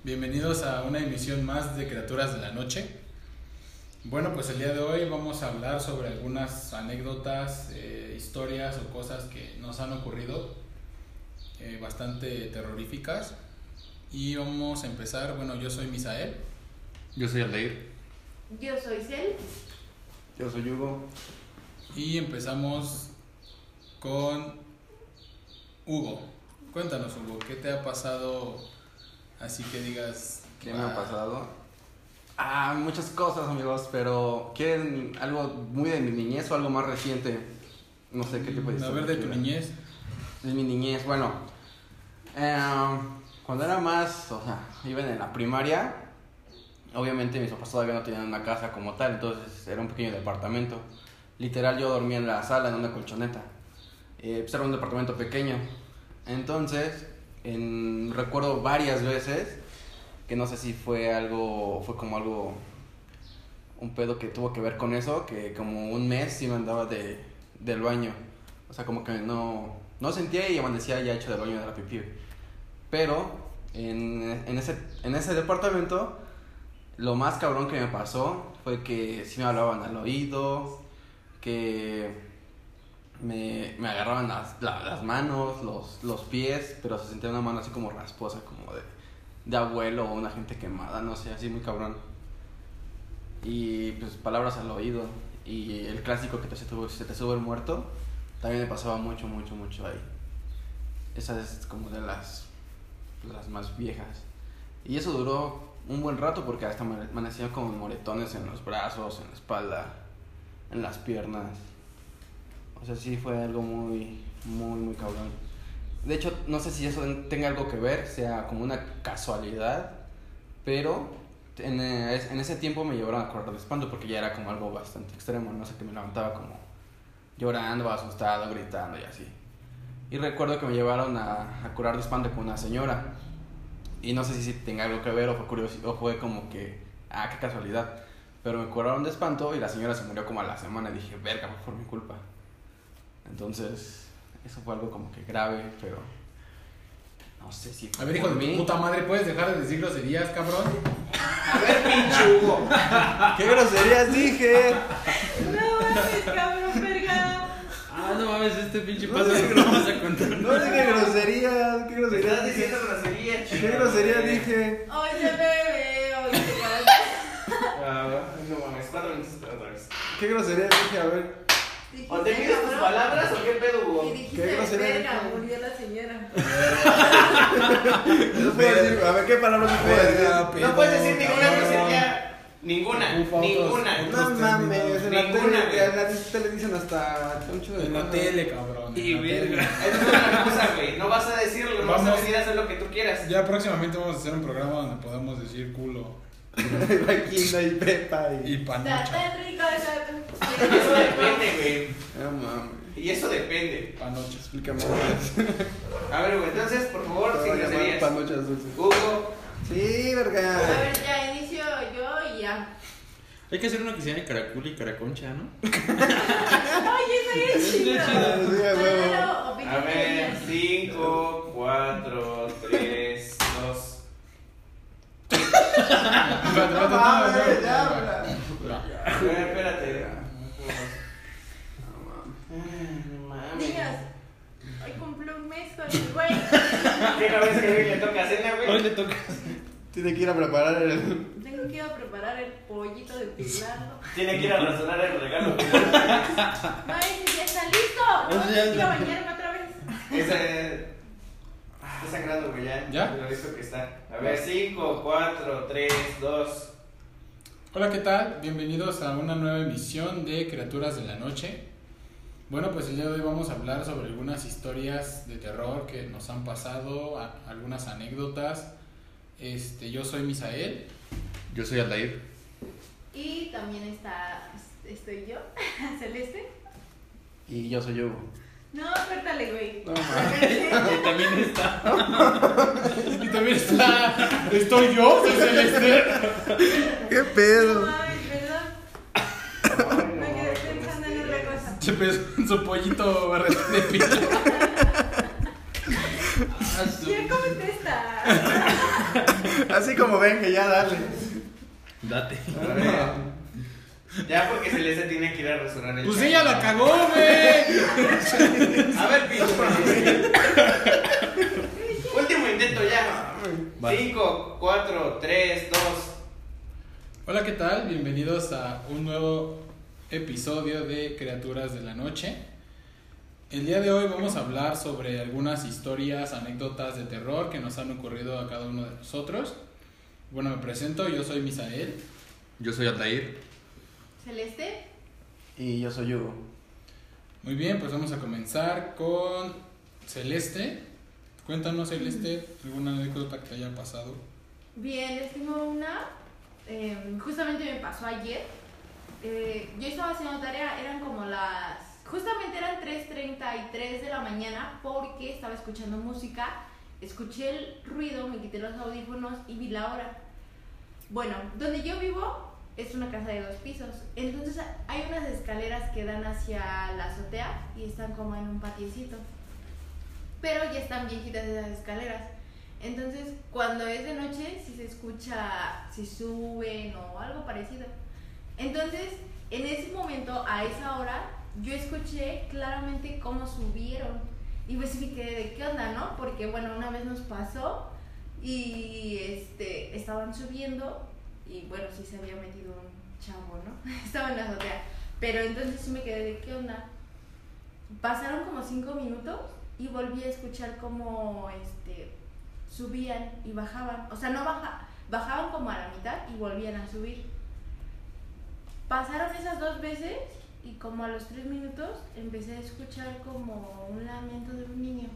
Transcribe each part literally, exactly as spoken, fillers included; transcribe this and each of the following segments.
Bienvenidos a una emisión más de Criaturas de la Noche. Bueno, pues el día de hoy vamos a hablar sobre algunas anécdotas, eh, historias o cosas que nos han ocurrido, eh, bastante terroríficas. Y vamos a empezar, bueno, yo soy Misael. Yo soy Aldair. Yo soy Cel. Yo soy Hugo. Y empezamos con Hugo. Cuéntanos, Hugo, ¿qué te ha pasado así que digas? ¿Qué me ha pasado? Ah, muchas cosas, amigos, pero ¿quieren algo muy de mi niñez o algo más reciente? No sé qué tipo de A historia ver, de tu quieren. niñez. De mi niñez, bueno. Eh, cuando era más, o sea, iba en la primaria, obviamente mis papás todavía no tenían una casa como tal, entonces era un pequeño departamento. Literal, yo dormía en la sala, en una colchoneta. Eh, pues era un departamento pequeño. Entonces, en, recuerdo varias veces que no sé si fue algo, fue como algo, un pedo que tuvo que ver con eso, que como un mes sí me andaba de, del baño. O sea, como que no, no sentía y amanecía ya hecho del baño de la pipí. Pero en, en, ese, en ese departamento, lo más cabrón que me pasó fue que sí me hablaban al oído, que me, me agarraban las, la, las manos, los, los pies, pero se sentía una mano así como rasposa, como de, de abuelo o una gente quemada, no sé, así muy cabrón. Y pues palabras al oído. Y el clásico que te, se, te, se te sube el muerto, también me pasaba mucho, mucho, mucho ahí. Esa es como de las, las más viejas. Y eso duró un buen rato porque hasta me amanecían como moretones en los brazos, en la espalda, en las piernas. O sea, sí fue algo muy, muy, muy cabrón. De hecho, no sé si eso tenga algo que ver, sea como una casualidad, pero en, en ese tiempo me llevaron a curar de espanto porque ya era como algo bastante extremo, no sé, que me levantaba como llorando, asustado, gritando y así. Y recuerdo que me llevaron a, a curar de espanto con una señora. Y no sé si tenga algo que ver o fue curioso, o fue como que, ah, qué casualidad. Pero me curaron de espanto y la señora se murió como a la semana. Y dije, verga, fue por mi culpa. Entonces, eso fue algo como que grave, pero no sé si fue A ver, hijo por de tu mí. puta madre, ¿puedes dejar de decir groserías, cabrón? A ver, pinche Hugo. ¿Qué groserías dije? No mames, cabrón, verga. Ah, no mames, este pinche paso que no vamos a contar. No dije groserías, ¿qué groserías Estás dije? diciendo grosería, ¿Qué groserías dije? Hoy se bebe, hoy se canta. Ah, no mames, cuatro minutos otra vez. ¿Qué groserías dije? A ver. ¿O te pides tus palabras o qué pedo, Hugo? Y ¿Qué dijiste, grosería verga, dijo? murió la señora. No puedo decir, a ver, ¿qué palabras no puedo decir? No puedes decir ninguna grosería. Ninguna, Ufa, otros- ninguna. otros- No mames, en la Ninguna, tele, güey. en la tele dicen hasta un chido de En la cosas. tele, cabrón. Y en la tele. verga. Eso es una cosa, güey. No vas a decirlo, no vas a Vamos. venir a hacer lo que tú quieras. Ya próximamente vamos a hacer un programa donde podamos decir culo Vagina y pepa y y... Está panocha. tan rico Y eso depende, güey. No mames. Y eso depende. Panocha. Explícame. A ver, güey, entonces, por favor, sin groserías. Panochas dulces. Hugo, Sí, A verga. ver, ya inicio yo y ya. Hay que hacer una que se llame Caracul y Caraconcha, ¿no? Oye, soy chido. Sí, a huevo. Claro, a opinión ver, de cinco, cuatro, tres, dos. Espérate, espérate, no, no, no, mames, ya, no, bra. no. A ver, espérate. No mames. Niños, hoy cumplo un mes con el güey. ¿Qué no ves que hoy le toca cena, Hoy güey? le toca. Tiene que ir a preparar el... Tengo que ir a preparar el pollito de Pilando. Tiene que ir a razonar el regalo. Ay, ya está listo. Eso Hoy ya quiero está. bañarme otra vez. Ese. Está sangrando, güey, ya. ¿Ya? Lo visto que está. A ver, cinco, cuatro, tres, dos. Hola, ¿qué tal? Bienvenidos a una nueva emisión de Criaturas de la Noche. Bueno, pues el día de hoy vamos a hablar sobre algunas historias de terror que nos han pasado, a- algunas anécdotas. Este, yo soy Misael. Yo soy Aldair. Y también está, estoy yo, Celeste. Y yo soy Hugo. No, córtale, güey. No mames. También está. Y también está, estoy yo, soy Celeste. ¿Qué No pedo? mames, perdón. Me quedé pensando en otra cosa. Se pensó en su pollito barretón de pila. ¿Quién contesta? Así como ven que ya dale. Date. A ver. Ya porque Celeste tiene que ir a rasurar el Pues cabello. ella la cagó, güey. A ver, pinche. Último intento ya. Va. cinco, cuatro, tres, dos. Hola, ¿qué tal? Bienvenidos a un nuevo episodio de Criaturas de la Noche. El día de hoy vamos a hablar sobre algunas historias, anécdotas de terror que nos han ocurrido a cada uno de nosotros. Bueno, me presento, yo soy Misael. Yo soy Altair. ¿Celeste? Y yo soy Hugo. Muy bien, pues vamos a comenzar con Celeste. Cuéntanos, Celeste, alguna anécdota que te haya pasado. Bien, les tengo una. eh, justamente me pasó ayer. Eh, yo estaba haciendo tarea, eran como las... Justamente eran tres treinta y tres de la mañana porque estaba escuchando música. Escuché el ruido, me quité los audífonos y vi la hora. Bueno, donde yo vivo es una casa de dos pisos. Entonces hay unas escaleras que dan hacia la azotea y están como en un patiecito. Pero ya están viejitas esas escaleras. Entonces, cuando es de noche, sí se escucha si suben o algo parecido. Entonces, en ese momento, a esa hora, yo escuché claramente cómo subieron. Y pues me quedé de qué onda, ¿no? Porque, bueno, una vez nos pasó y este, estaban subiendo y, bueno, sí se había metido un chavo, ¿no? Estaba en la azotea. Pero entonces sí me quedé de qué onda. Pasaron como cinco minutos y volví a escuchar cómo este, subían y bajaban. O sea, no baja, bajaban como a la mitad y volvían a subir. Pasaron esas dos veces y como a los tres minutos empecé a escuchar como un lamento de un niño.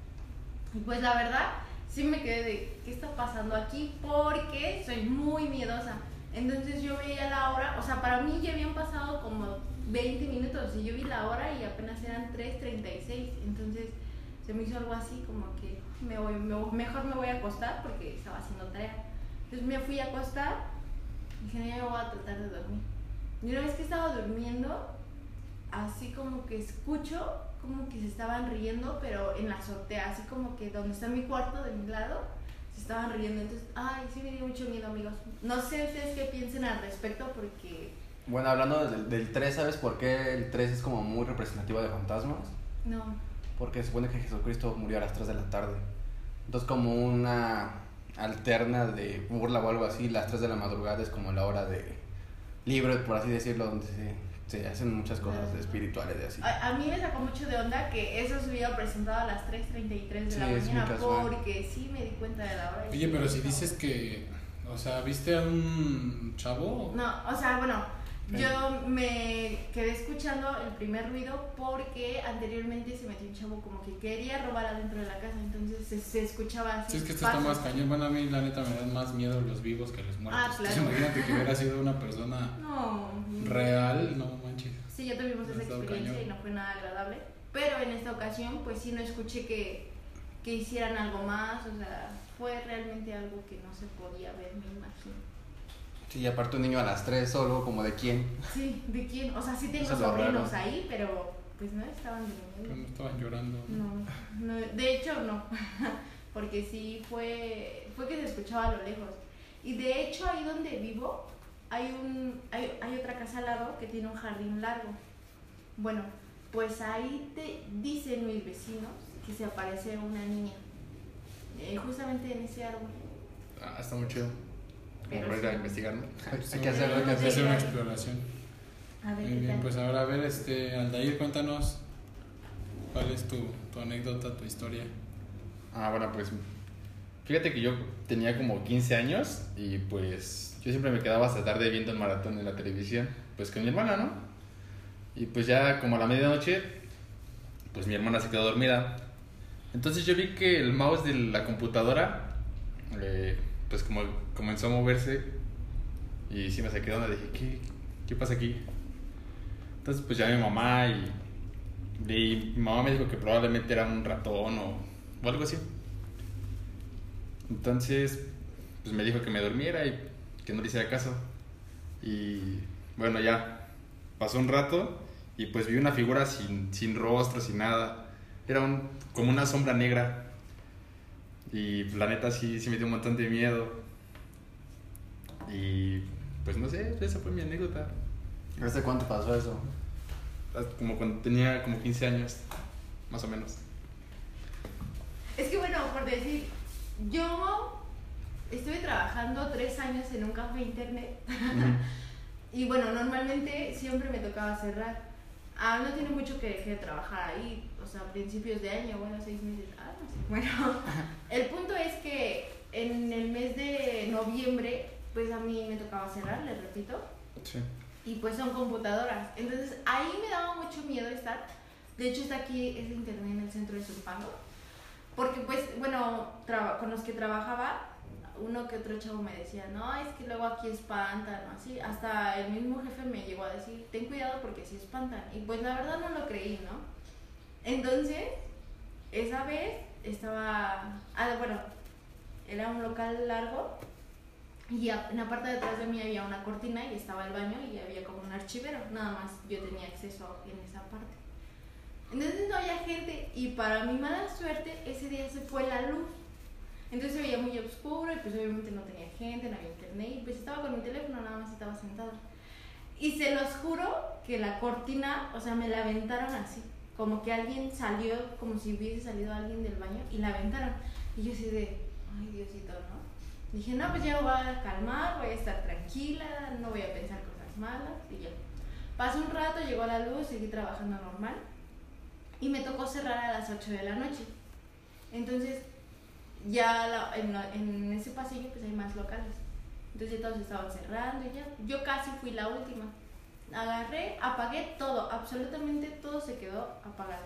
Y pues la verdad, sí me quedé de ¿qué está pasando aquí? Porque soy muy miedosa. Entonces yo veía la hora, o sea, para mí ya habían pasado como veinte minutos y yo vi la hora y apenas eran tres treinta y seis. Entonces se me hizo algo así como que me voy, me, mejor me voy a acostar porque estaba haciendo tarea. Entonces me fui a acostar y dije, no, ya me voy a tratar de dormir. Y una vez que estaba durmiendo, así como que escucho como que se estaban riendo, pero en la azotea, así como que donde está mi cuarto de mi lado, se estaban riendo. Entonces, ay, sí me dio mucho miedo, amigos. No sé ustedes qué piensen al respecto porque... Bueno, hablando del, del tres, ¿sabes por qué el tres es como muy representativo de fantasmas? No. Porque se supone que Jesucristo murió a las tres de la tarde. Entonces, como una alterna de burla o algo así, las tres de la madrugada es como la hora de libre, por así decirlo, donde se, se hacen muchas cosas espirituales y así. A, a mí me sacó mucho de onda que eso se hubiera presentado a las tres treinta y tres de Sí, la es mañana muy casual. porque sí me di cuenta de la hora. y Oye, sí pero me si gustó. dices que, o sea, ¿viste a un chavo? No, o sea, bueno, Ok. yo me quedé escuchando el primer ruido porque anteriormente se metió un chavo como que quería robar adentro de la casa, entonces se, se escuchaba así. Sí, es que esto está pasos. más cañón. Bueno, a mí la neta me dan más miedo los vivos que los muertos. Ah, claro. Entonces, imagínate que hubiera sido una persona No. real, no manches. Sí, ya tuvimos esa Estaba experiencia cañón. y no fue nada agradable. Pero en esta ocasión, pues sí, no escuché que, que hicieran algo más. O sea, fue realmente algo que no se podía ver, me imagino. Sí, y aparte un niño a las tres solo, como de quién. Sí, ¿de quién? O sea, sí tengo Eso es lo sobrinos raro. ahí, pero pues no estaban Pero durmiendo. no estaban llorando. No, no, de hecho no, porque sí fue, fue que se escuchaba a lo lejos. Y de hecho ahí donde vivo hay, un, hay, hay otra casa al lado que tiene un jardín largo. Bueno, pues ahí te dicen mis vecinos que se aparece una niña, eh, justamente en ese árbol. Ah, está muy chido. Como Pero para ir a sí. investigar, ¿no? Pues, Hay que hacerlo, hay que Hay que hacer una Sí. exploración. A ver Muy qué bien, tal. pues ahora a ver, este, Aldair, cuéntanos cuál es tu, tu anécdota, tu historia. Ah, bueno, pues fíjate que yo tenía como quince años y pues yo siempre me quedaba hasta tarde viendo el maratón en la televisión, pues con mi hermana, ¿no? Y pues ya como a la medianoche, pues mi hermana se quedó dormida. Entonces yo vi que el mouse de la computadora, eh, pues como comenzó a moverse y sí me saqué de onda, dije, ¿qué, qué pasa aquí? Entonces pues llamé a mi mamá y, y mi mamá me dijo que probablemente era un ratón o, o algo así. Entonces pues me dijo que me durmiera y que no le hiciera caso. Y bueno, ya pasó un rato y pues vi una figura sin, sin rostro, sin nada. Era un, como una sombra negra. Y la neta sí, sí me dio un montón de miedo. Y pues no sé, esa fue mi anécdota. ¿Hace cuánto pasó eso? Como cuando tenía como quince años, más o menos. Es que bueno, por decir, yo estuve trabajando tres años en un café internet. Y bueno, normalmente siempre me tocaba cerrar. Ah, no tiene mucho que dejé de trabajar ahí, o sea, principios de año, bueno, seis meses. Ah, no sé. Bueno, el punto es que en el mes de noviembre, pues a mí me tocaba cerrar, les repito. Sí. Y pues son computadoras. Entonces ahí me daba mucho miedo estar. De hecho, está aquí, es de internet en el centro de Zumpango. Porque pues, bueno, traba- con los que trabajaba, uno que otro chavo me decía, no, es que luego aquí espantan, o así. Hasta el mismo jefe me llegó a decir, ten cuidado porque sí espantan. Y pues la verdad no lo creí, ¿no? Entonces, esa vez estaba, ah, bueno, era un local largo y a- en la parte de atrás de mí había una cortina y estaba el baño y había como un archivero. Nada más yo tenía acceso en esa parte. Entonces no había gente y para mi mala suerte ese día se fue la luz. Entonces se veía muy oscuro y pues obviamente no tenía gente, no había internet y pues estaba con mi teléfono, nada más estaba sentada. Y se los juro que la cortina, o sea, me la aventaron así, como que alguien salió, como si hubiese salido alguien del baño y la aventaron. Y yo así de, ay Diosito, ¿no? Dije, no, pues ya me voy a calmar, voy a estar tranquila, no voy a pensar cosas malas y ya. Pasó un rato, llegó la luz, seguí trabajando normal y me tocó cerrar a las ocho de la noche. Entonces, ya la- en, la- en ese pasillo pues hay más locales. Entonces ya todos estaban cerrando y ya. Yo casi fui la última. Agarré, apagué todo, absolutamente todo se quedó apagado.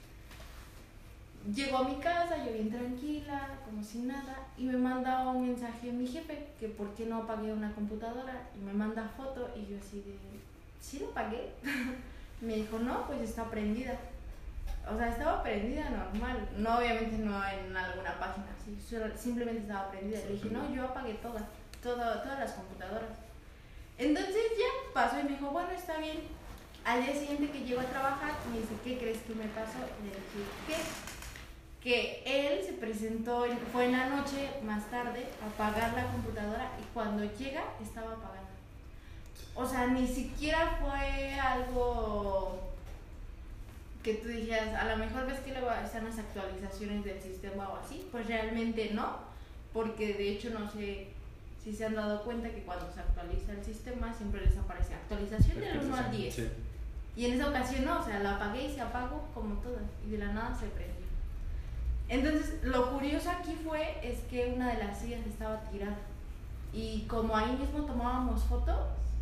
Llegó a mi casa, yo bien tranquila, como si nada, y me manda un mensaje mi jefe, que por qué no apagué una computadora, y me manda foto, y yo así de, ¿sí la apagué? Me dijo, no, pues está prendida. O sea, estaba prendida normal, no obviamente no en alguna página, así, solo- simplemente estaba prendida. Le dije, no, yo apagué todas, todo, todas las computadoras. Entonces ya pasó y me dijo, bueno, está bien. Al día siguiente que llego a trabajar, me dice, ¿qué crees que me pasó? Le dije, ¿qué? Que él se presentó, en- fue en la noche más tarde a apagar la computadora y cuando llega estaba apagada. O sea, ni siquiera fue algo que tú dijeras, a lo mejor ves que luego están las actualizaciones del sistema o así, pues realmente no, porque de hecho no sé si se han dado cuenta que cuando se actualiza el sistema siempre les aparece actualización del uno al diez. Sí. Y en esa ocasión no, o sea, la apagué y se apagó como todas y de la nada se prendió. Entonces, lo curioso aquí fue es que una de las sillas estaba tirada y como ahí mismo tomábamos fotos,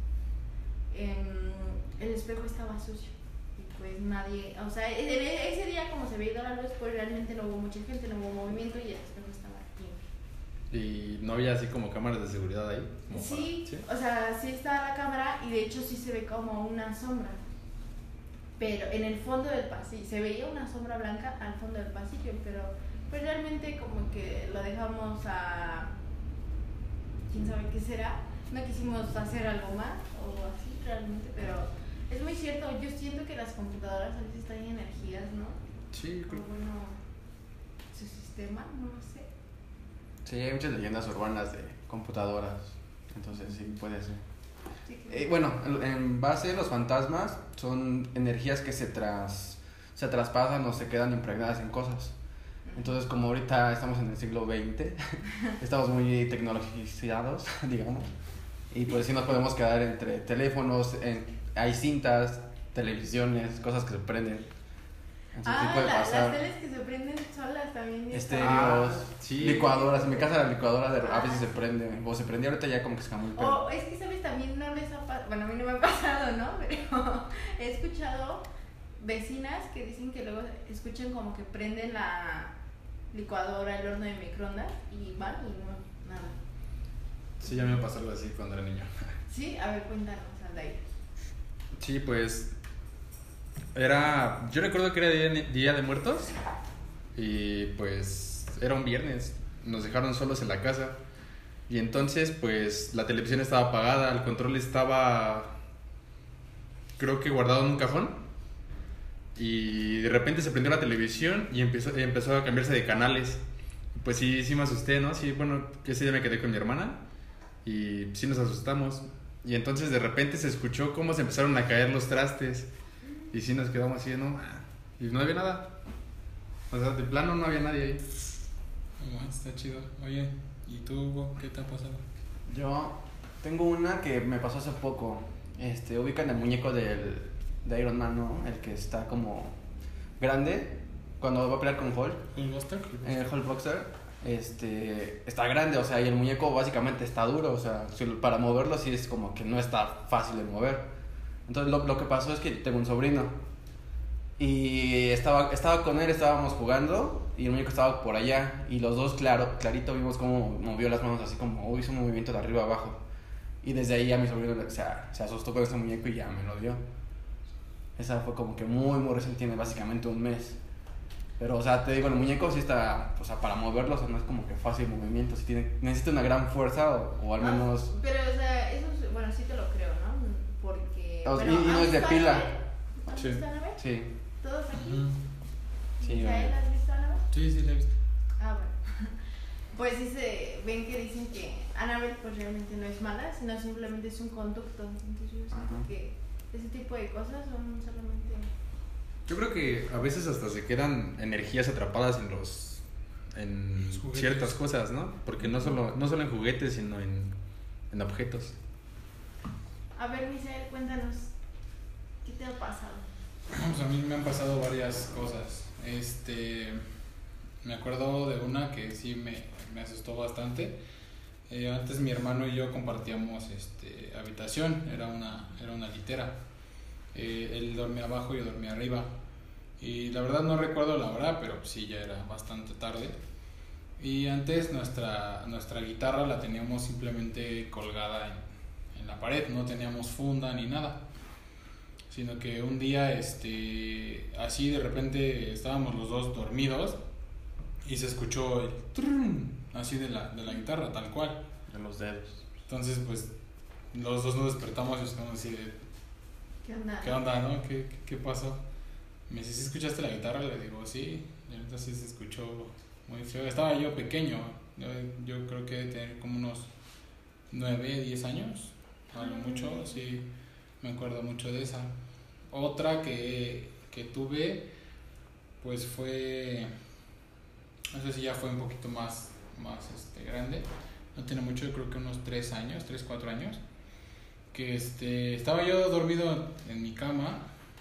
em, el espejo estaba sucio y pues nadie, o sea, e- e- ese día como se había ido la luz, pues realmente no hubo mucha gente, no hubo movimiento y el espejo estaba limpio. Y no había así como cámaras de seguridad ahí. Como Sí, para- o sea, sí está la cámara y de hecho sí se ve como una sombra. Pero en el fondo del pasillo, se veía una sombra blanca al fondo del pasillo, pero pues realmente como que lo dejamos a... quién sabe qué será. No quisimos hacer algo más o así realmente, pero es muy cierto, yo siento que las computadoras a veces traen energías, ¿no? Sí, O creo. bueno, su sistema, no lo sé. Sí, hay muchas leyendas urbanas de computadoras. Entonces sí, puede ser. Sí, que- Eh, bueno, en- en base los fantasmas son energías que se tras se traspasan o se quedan impregnadas en cosas. Entonces, como ahorita estamos en el siglo veinte, estamos muy tecnologizados, digamos, y pues sí nos podemos quedar entre teléfonos, en- hay cintas, televisiones, cosas que se prenden. Entonces sí Ah, puede la- las pasar. teles que se prenden solas también. están- Estéreos, Ah, sí. licuadoras. En mi casa la licuadora de, a veces se prende, o se prendía ahorita ya como que se cambió el pelo. O es que, ¿sabes? También no les ha pasado, bueno, a mí no me ha pasado, ¿no? Pero he escuchado vecinas que dicen que luego escuchan como que prenden la licuadora, el horno de microondas y van y no, nada. Sí, ya me pasó algo así cuando era niño. Sí, a ver, cuéntanos, Aldair. Sí, pues era, yo recuerdo que era día, día de muertos y pues era un viernes, nos dejaron solos en la casa y entonces pues la televisión estaba apagada, el control estaba creo que guardado en un cajón y de repente se prendió la televisión y empezó, empezó a cambiarse de canales Pues sí, sí me asusté, ¿no? Sí, bueno, ese día me quedé con mi hermana y sí nos asustamos. Y entonces de repente se escuchó cómo se empezaron a caer los trastes. Y sí nos quedamos así, ¿no? Y no había nada. O sea, de plano no había nadie ahí. Oh, está chido. Oye, ¿y tú, Hugo? ¿Qué te ha pasado? Yo tengo una que me pasó hace poco. Este, ubican el muñeco del, de Iron Man, ¿no? El que está como grande cuando va a pelear con Hulk. ¿Hulkbuster? El Hulkbuster, este, está grande, o sea, y el muñeco básicamente está duro, o sea, si- para moverlo sí es como que no está fácil de mover. Entonces lo, lo que pasó es que tengo un sobrino y estaba, estaba con él, estábamos jugando y el muñeco estaba por allá y los dos, claro, clarito vimos cómo movió las manos así como hizo un movimiento de arriba a abajo. Y desde ahí ya mi sobrino se, se asustó con ese muñeco y ya me lo dio. Esa fue como que muy, muy recién, tiene básicamente un mes. Pero, o sea, te digo, el muñeco sí está, o sea, para moverlo, o sea, no es como que fácil movimiento, sí tiene, necesita una gran fuerza o, o al Ah, menos... Pero, o sea, eso, es- bueno, sí te lo creo, ¿no? Porque... O- bueno, y- y no ¿has es de visto pila. Annabelle? ¿Has Sí. visto Annabelle? Sí, ¿Todos aquí? Ujú. sí. ¿Misael, has visto Annabelle? Sí, sí, la he visto. Ah, bueno. Pues sí se ven que dicen que Annabelle pues realmente no es mala, sino simplemente es un conducto. Entonces yo siento Ajá. que ese tipo de cosas son solamente... Yo creo que a veces hasta se quedan energías atrapadas en los en Los juguetes. ciertas cosas, ¿no? Porque no solo no solo en juguetes, sino en, en objetos. A ver, Misael, cuéntanos, ¿qué te ha pasado? Pues a mí me han pasado varias cosas. Este, me acuerdo de una que sí me, me asustó bastante. Eh, antes mi hermano y yo compartíamos este, habitación, era una, era una litera. Eh, él dormía abajo y yo dormía arriba. Y la verdad no recuerdo la hora, pero sí ya era bastante tarde. Y antes nuestra, nuestra guitarra la teníamos simplemente colgada en, en la pared, no teníamos funda ni nada. Sino que un día, este, así de repente estábamos los dos dormidos y se escuchó el trrrm, así de la, de la guitarra, tal cual. En los dedos. Entonces, pues, los dos nos despertamos y estamos así de, ¿Qué onda? ¿qué onda, no? ¿Qué, qué, qué pasó? Me dice, ¿sí escuchaste la guitarra? Le digo, sí. Y entonces se escuchó muy feo. Estaba yo pequeño, yo, yo creo que de tener como unos nueve, diez años, a lo mucho, sí, me acuerdo mucho de esa. Otra que, que tuve, pues fue, no sé si ya fue un poquito más, más este, grande, no tiene mucho, yo creo que unos tres años, tres, cuatro años, que este, estaba yo dormido en mi cama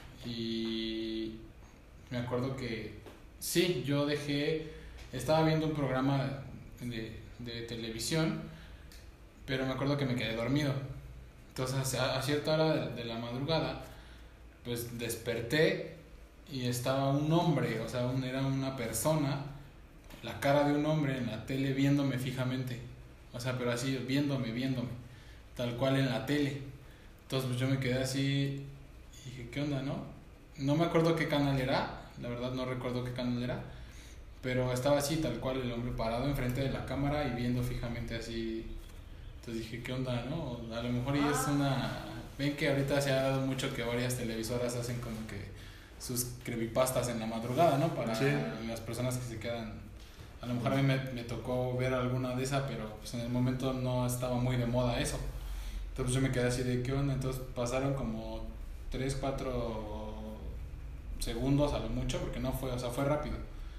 y me acuerdo que sí, yo dejé, estaba viendo un programa de, de televisión, pero me acuerdo que me quedé dormido. Entonces a, a cierta hora de, de la madrugada, pues desperté y estaba un hombre, o sea, un, era una persona, la cara de un hombre en la tele viéndome fijamente, o sea, pero así viéndome, viéndome, tal cual en la tele. Entonces pues yo me quedé así y dije, ¿qué onda, no? No me acuerdo qué canal era, la verdad no recuerdo qué canal era, pero estaba así, tal cual el hombre parado enfrente de la cámara y viendo fijamente así. Entonces dije, ¿qué onda, no? A lo mejor y es una... Ven que ahorita se ha dado mucho que varias televisoras hacen como que sus creepypastas en la madrugada, ¿no? Para Sí. las personas que se quedan... A lo mejor a mí me, me tocó ver alguna de esas, pero pues en el momento no estaba muy de moda eso. Entonces yo me quedé así de, ¿qué onda? Entonces pasaron como tres, cuatro segundos a lo mucho, porque no fue, o sea, fue rápido.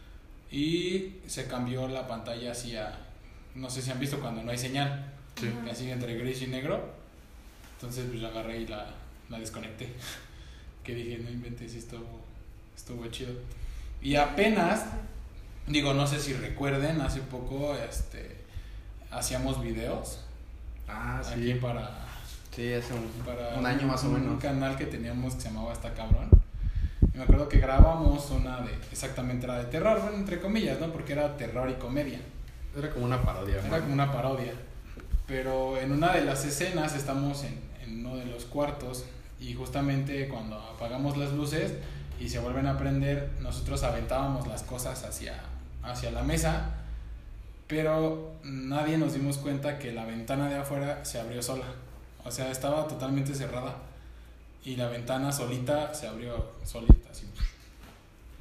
Y se cambió la pantalla hacia... No sé si han visto cuando no hay señal. Sí. Que así entre gris y negro. Entonces pues yo agarré y la, la desconecté. Que dije, no inventes, estuvo, estuvo chido. Y apenas, digo, no sé si recuerden, hace poco este, hacíamos videos Ah, aquí para, Sí, hace un, para un año más o un menos. canal que teníamos que se llamaba Está Cabrón. Y me acuerdo que grabamos una de, exactamente era de terror, bueno, entre comillas, ¿no? Porque era terror y comedia. Era como una parodia, ¿no? Era como una parodia. Pero en una de las escenas estamos en, en uno de los cuartos y justamente cuando apagamos las luces y se vuelven a prender, nosotros aventábamos las cosas hacia, hacia la mesa, pero nadie nos dimos cuenta que la ventana de afuera se abrió sola. O sea, estaba totalmente cerrada y la ventana solita se abrió solita, así. Sí,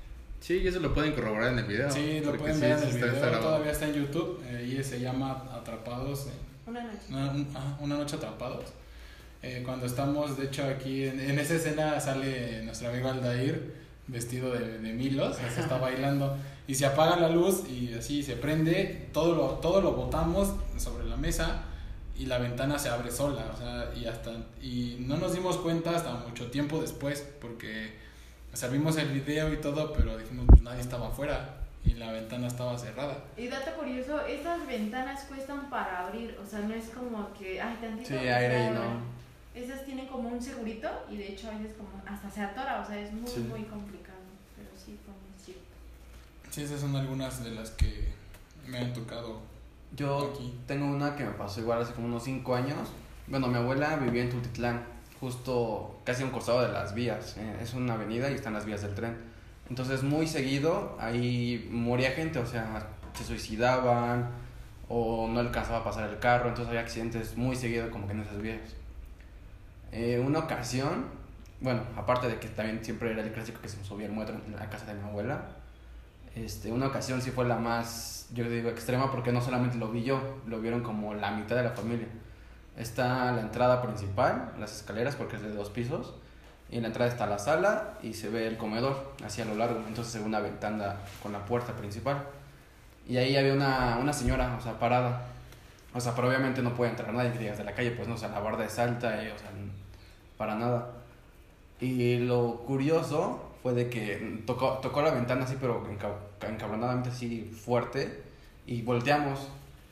Sí, y eso lo pueden corroborar en el video. Sí, lo porque pueden sí, ver en sí el está- video, está grabado. todavía está en YouTube, eh, y se llama Atrapados, eh, Una noche. una, un- ah, una noche atrapados. Eh, cuando estamos, de hecho, aquí en, en esa escena sale nuestro amigo Aldair vestido de, de Milos, o sea, está bailando y se apaga la luz y así se prende, todo lo, todo lo botamos sobre la mesa y la ventana se abre sola, o sea, y hasta y no nos dimos cuenta hasta mucho tiempo después porque, o sea, vimos el video y todo, pero dijimos pues nadie estaba afuera y la ventana estaba cerrada. Y dato curioso, estas ventanas cuestan para abrir, o sea, no es como que, ay, tantito. Sí, que se aire y abra. no. Esas tienen como un segurito y de hecho a veces como hasta se atora, o sea, es muy, Sí. muy complicado, pero sí, fue muy cierto. Sí, esas son algunas de las que me han tocado Yo aquí. tengo una que me pasó igual hace como unos cinco años. Bueno, mi abuela vivía en Tultitlán, justo casi a un costado de las vías. ¿eh? Es una avenida y están las vías del tren. Entonces, muy seguido ahí moría gente, o sea, se suicidaban o no alcanzaba a pasar el carro. Entonces, había accidentes muy seguido, como que en esas vías. Eh, una ocasión, bueno, aparte de que también siempre era el clásico que se subía el metro en la casa de mi abuela. Este, una ocasión sí fue la más, yo digo, extrema porque no solamente lo vi yo, lo vieron como la mitad de la familia. Está la entrada principal, las escaleras porque es de dos pisos, y en la entrada está la sala y se ve el comedor hacia lo largo, entonces se ve una ventana con la puerta principal. Y ahí había una, una señora, o sea, parada. O sea, pero obviamente no puede entrar nadie que digas de la calle, pues no, o sea, la barda es alta y, o sea, para nada. Y lo curioso fue de que tocó, tocó la ventana así, pero enca- encabronadamente así fuerte, y volteamos.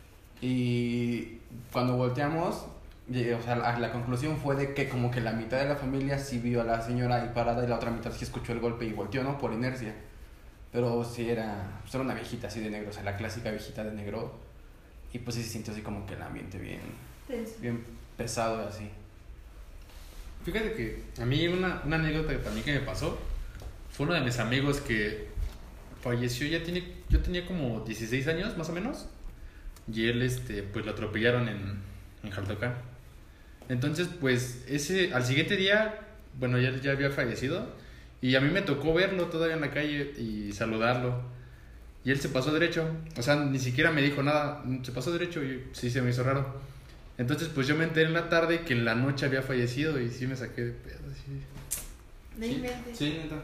Y cuando volteamos, llegué, o sea, la, la conclusión fue de que como que la mitad de la familia sí vio a la señora ahí parada y la otra mitad sí escuchó el golpe y volteó, ¿no? Por inercia. Pero sí era, pues era una viejita así de negro, o sea, la clásica viejita de negro. Y pues sí se sintió así como que el ambiente bien, Tenso. bien pesado y así. Fíjate que a mí una, una anécdota que también que me pasó fue uno de mis amigos que falleció, ya tiene, yo tenía como dieciséis años más o menos, y él este, pues lo atropellaron en, en Jaltocán. Entonces pues ese, al siguiente día, bueno, ya, ya había fallecido y a mí me tocó verlo todavía en la calle y saludarlo. Y él se pasó derecho, o sea, ni siquiera me dijo nada, se pasó derecho y sí se me hizo raro. Entonces pues yo me enteré en la tarde que en la noche había fallecido y sí me saqué de pedo, sí. No inventes. Sí, neta.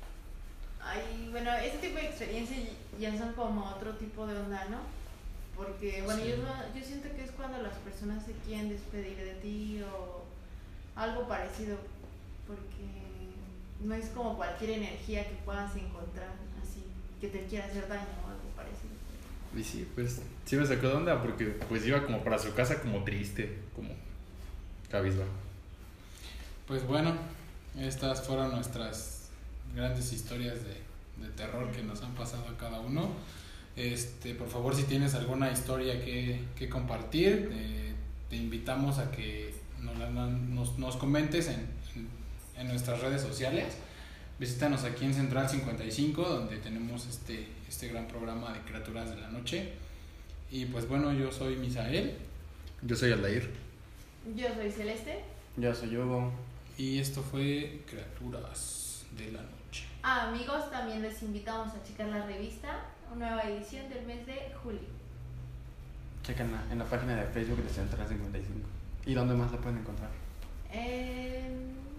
Ay, bueno, ese tipo de experiencias ya son como otro tipo de onda, ¿no? Porque, bueno, Sí. yo, no- yo siento que es cuando las personas se quieren despedir de ti o algo parecido, porque no es como cualquier energía que puedas encontrar así, que te quiera hacer daño o algo parecido. Y sí, pues sí me sacó de onda porque pues iba como para su casa como triste, como cabizbajo. Pues bueno, estas fueron nuestras grandes historias de, de terror que nos han pasado a cada uno. Este, por favor, si tienes alguna historia que, que compartir, eh, te invitamos a que nos, la- nos, nos comentes en, en, en nuestras redes sociales. Visítanos aquí en Central cincuenta y cinco, donde tenemos este, este gran programa de criaturas de la noche. Y pues bueno, yo soy Misael Yo soy Aldair. Yo soy Celeste. Yo soy Hugo. y esto fue Criaturas de la Noche. Ah, amigos, también les invitamos a checar la revista, una nueva edición del mes de julio. Chequen la- en la página de Facebook de Central cincuenta y cinco. ¿Y dónde más la pueden encontrar? Eh...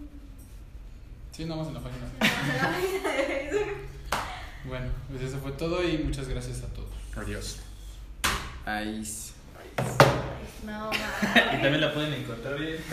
Sí, nada más en la página. no, Bueno, pues eso fue todo y muchas gracias a todos. Adiós. Ahí. no, Y también la pueden encontrar en